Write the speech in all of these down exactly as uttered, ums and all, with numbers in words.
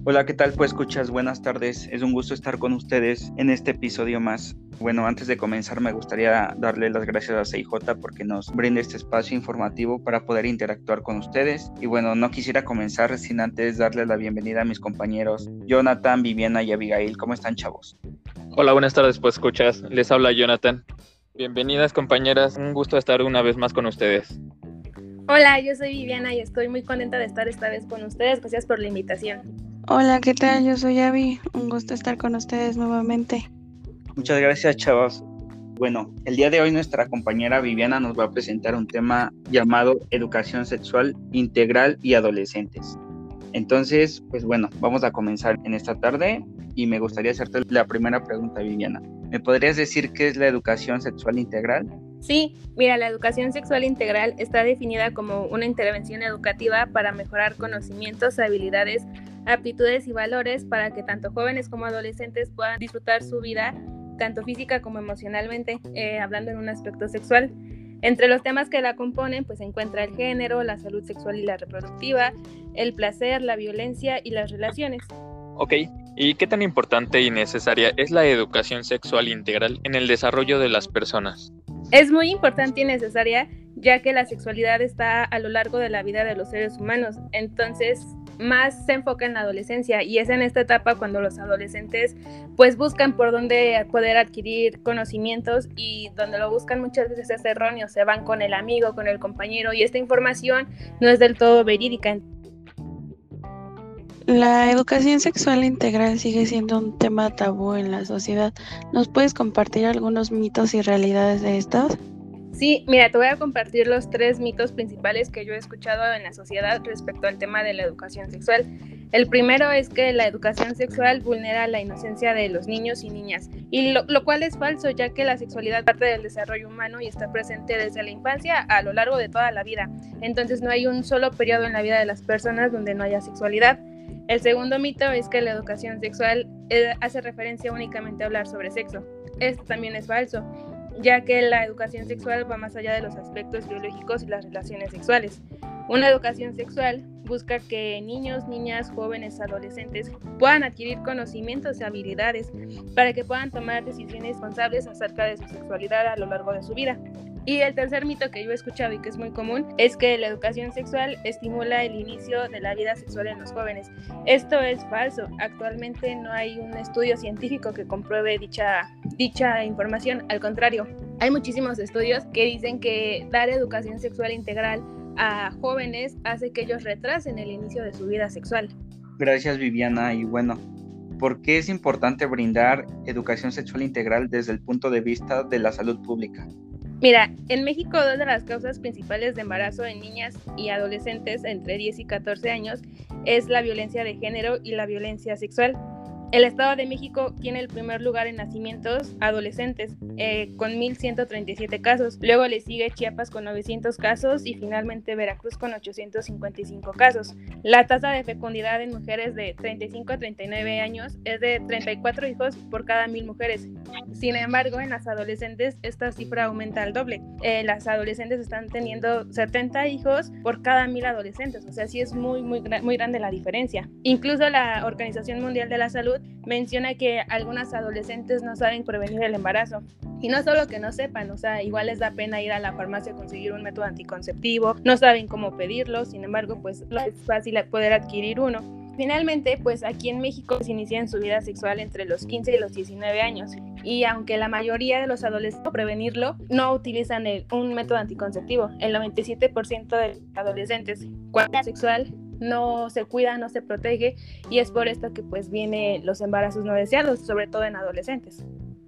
Hola, ¿qué tal? Pues escuchas, buenas tardes. Es un gusto estar con ustedes en este episodio más. Bueno, antes de comenzar me gustaría darle las gracias a C I J porque nos brinda este espacio informativo para poder interactuar con ustedes. Y bueno, no quisiera comenzar sin antes darle la bienvenida a mis compañeros Jonathan, Viviana y Abigail. ¿Cómo están, chavos? Hola, buenas tardes, pues escuchas. Les habla Jonathan. Bienvenidas, compañeras. Un gusto estar una vez más con ustedes. Hola, yo soy Viviana y estoy muy contenta de estar esta vez con ustedes. Gracias por la invitación. Hola, ¿qué tal? Yo soy Abby. Un gusto estar con ustedes nuevamente. Muchas gracias, chavos. Bueno, el día de hoy nuestra compañera Viviana nos va a presentar un tema llamado Educación Sexual Integral y Adolescentes. Entonces, pues bueno, vamos a comenzar en esta tarde y me gustaría hacerte la primera pregunta, Viviana. ¿Me podrías decir qué es la educación sexual integral? Sí, mira, la educación sexual integral está definida como una intervención educativa para mejorar conocimientos, habilidades, aptitudes y valores para que tanto jóvenes como adolescentes puedan disfrutar su vida, tanto física como emocionalmente, eh, hablando en un aspecto sexual. Entre los temas que la componen, pues se encuentra el género, la salud sexual y la reproductiva, el placer, la violencia y las relaciones. Ok, ¿y qué tan importante y necesaria es la educación sexual integral en el desarrollo de las personas? Es muy importante y necesaria, ya que la sexualidad está a lo largo de la vida de los seres humanos, entonces más se enfoca en la adolescencia y es en esta etapa cuando los adolescentes pues buscan por dónde poder adquirir conocimientos y donde lo buscan muchas veces es erróneo, se van con el amigo, con el compañero y esta información no es del todo verídica. La educación sexual integral sigue siendo un tema tabú en la sociedad. ¿Nos puedes compartir algunos mitos y realidades de estos? Sí, mira, te voy a compartir los tres mitos principales que yo he escuchado en la sociedad respecto al tema de la educación sexual. El primero es que la educación sexual vulnera la inocencia de los niños y niñas, y lo, lo cual es falso, ya que la sexualidad parte del desarrollo humano y está presente desde la infancia a lo largo de toda la vida. Entonces no hay un solo periodo en la vida de las personas donde no haya sexualidad. El segundo mito es que la educación sexual eh, hace referencia únicamente a hablar sobre sexo. Esto también es falso, ya que la educación sexual va más allá de los aspectos biológicos y las relaciones sexuales. Una educación sexual busca que niños, niñas, jóvenes, adolescentes puedan adquirir conocimientos y habilidades para que puedan tomar decisiones responsables acerca de su sexualidad a lo largo de su vida. Y el tercer mito que yo he escuchado y que es muy común es que la educación sexual estimula el inicio de la vida sexual en los jóvenes. Esto es falso. Actualmente no hay un estudio científico que compruebe dicha, dicha información. Al contrario, hay muchísimos estudios que dicen que dar educación sexual integral a jóvenes hace que ellos retrasen el inicio de su vida sexual. Gracias, Viviana. Y bueno, ¿por qué es importante brindar educación sexual integral desde el punto de vista de la salud pública? Mira, en México dos de las causas principales de embarazo en niñas y adolescentes entre diez y catorce años es la violencia de género y la violencia sexual. El Estado de México tiene el primer lugar en nacimientos adolescentes, eh, con mil ciento treinta y siete casos. Luego le sigue Chiapas con novecientos casos y finalmente Veracruz con ochocientos cincuenta y cinco casos. La tasa de fecundidad en mujeres de treinta y cinco a treinta y nueve años es de treinta y cuatro hijos por cada mil mujeres. Sin embargo, en las adolescentes esta cifra aumenta al doble. Eh, las adolescentes están teniendo setenta hijos por cada mil adolescentes, o sea, sí es muy, muy, muy grande la diferencia. Incluso la Organización Mundial de la Salud menciona que algunas adolescentes no saben prevenir el embarazo. Y no solo que no sepan, o sea, igual les da pena ir a la farmacia a conseguir un método anticonceptivo, no saben cómo pedirlo, sin embargo, pues es fácil poder adquirir uno. Finalmente, pues aquí en México se inician su vida sexual entre los quince y los diecinueve años. Y aunque la mayoría de los adolescentes prevenirlo, no utilizan el, un método anticonceptivo. El noventa y siete por ciento de los adolescentes cuando es sexual no se cuida, no se protege y es por esto que pues vienen los embarazos no deseados, sobre todo en adolescentes.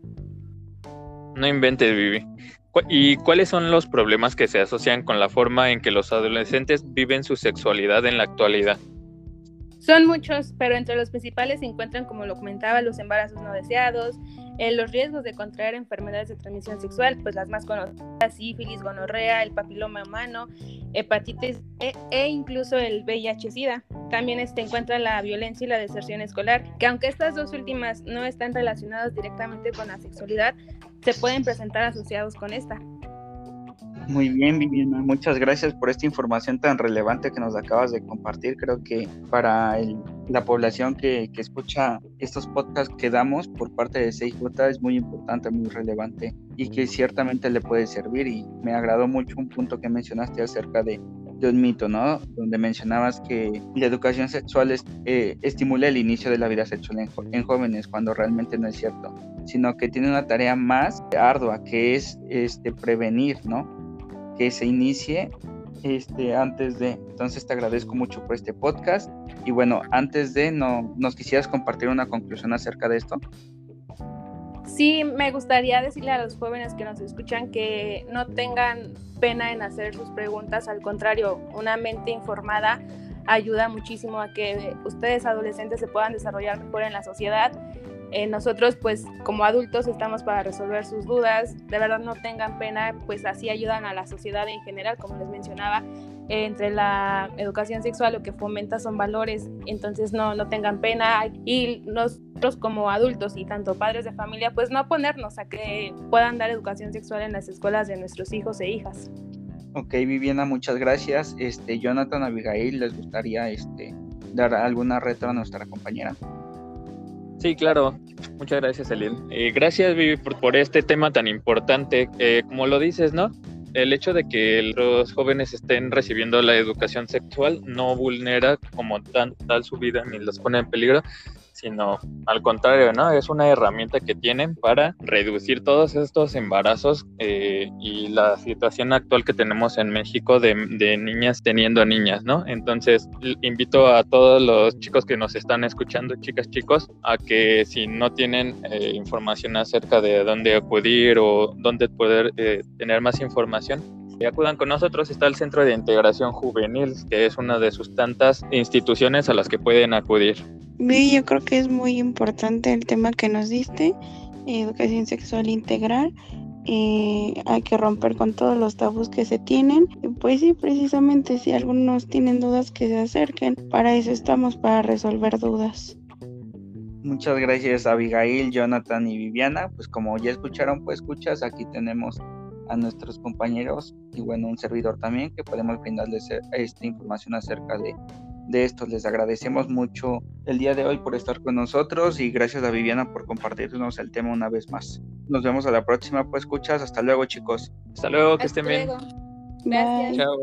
No inventes, Vivi. ¿Y cuáles son los problemas que se asocian con la forma en que los adolescentes viven su sexualidad en la actualidad? Son muchos, pero entre los principales se encuentran, como lo comentaba, los embarazos no deseados, eh, los riesgos de contraer enfermedades de transmisión sexual, pues las más conocidas, sífilis, gonorrea, el papiloma humano, hepatitis E e incluso el V I H-Sida. También se este, encuentra la violencia y la deserción escolar, que aunque estas dos últimas no están relacionadas directamente con la sexualidad, se pueden presentar asociados con esta. Muy bien, Viviana, muchas gracias por esta información tan relevante que nos acabas de compartir. Creo que para el, la población que, que escucha estos podcasts que damos por parte de C I J es muy importante, muy relevante y que ciertamente le puede servir. Y me agradó mucho un punto que mencionaste acerca de, de un mito, ¿no? Donde mencionabas que la educación sexual es, eh, estimula el inicio de la vida sexual en, jo- en jóvenes, cuando realmente no es cierto, sino que tiene una tarea más ardua, que es este, prevenir, ¿no? Que se inicie este, antes de. Entonces te agradezco mucho por este podcast. Y bueno, antes de, no, ¿nos quisieras compartir una conclusión acerca de esto? Sí, me gustaría decirle a los jóvenes que nos escuchan que no tengan pena en hacer sus preguntas, al contrario, una mente informada ayuda muchísimo a que ustedes adolescentes se puedan desarrollar mejor en la sociedad. Eh, nosotros pues como adultos estamos para resolver sus dudas, de verdad no tengan pena, pues así ayudan a la sociedad en general, como les mencionaba, eh, entre la educación sexual lo que fomenta son valores, entonces no, no tengan pena y nosotros como adultos y tanto padres de familia pues no oponernos a que puedan dar educación sexual en las escuelas de nuestros hijos e hijas. Ok, Viviana, muchas gracias. Este, Jonathan, Abigail, ¿les gustaría este, dar alguna retro a nuestra compañera? Sí, claro. Muchas gracias, Elin. Eh, gracias, Vivi, por, por este tema tan importante. Eh, como lo dices, ¿no? El hecho de que los jóvenes estén recibiendo la educación sexual no vulnera como tan, tal su vida ni los pone en peligro, sino al contrario, ¿no? Es una herramienta que tienen para reducir todos estos embarazos eh, y la situación actual que tenemos en México de, de niñas teniendo niñas, ¿no? Entonces, invito a todos los chicos que nos están escuchando, chicas, chicos, a que si no tienen eh, información acerca de dónde acudir o dónde poder eh, tener más información, y acudan con nosotros. Está el Centro de Integración Juvenil, que es una de sus tantas instituciones a las que pueden acudir. Sí, yo creo que es muy importante el tema que nos diste, educación sexual integral. Eh, hay que romper con todos los tabús que se tienen. Y pues sí, precisamente si algunos tienen dudas, que se acerquen. Para eso estamos, para resolver dudas. Muchas gracias, Abigail, Jonathan y Viviana. Pues como ya escucharon, pues escuchas, aquí tenemos a nuestros compañeros y bueno, un servidor también que podemos brindarles esta información acerca de, de esto. Les agradecemos mucho el día de hoy por estar con nosotros y gracias a Viviana por compartirnos el tema una vez más. Nos vemos a la próxima, pues escuchas. Hasta luego, chicos. Hasta luego, que Hasta estén bien. luego. Gracias. Chao.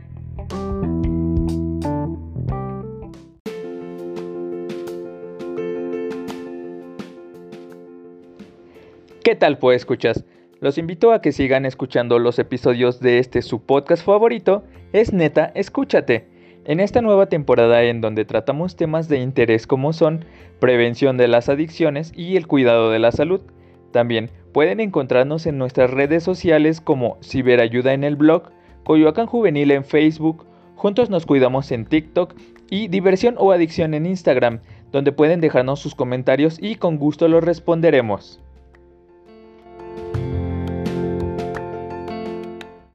¿Qué tal, pues, escuchas? Los invito a que sigan escuchando los episodios de este su podcast favorito, es Neta, Escúchate. En esta nueva temporada en donde tratamos temas de interés como son prevención de las adicciones y el cuidado de la salud. También pueden encontrarnos en nuestras redes sociales como Ciberayuda en el blog, Coyoacán Juvenil en Facebook, Juntos Nos Cuidamos en TikTok y Diversión o Adicción en Instagram, donde pueden dejarnos sus comentarios y con gusto los responderemos.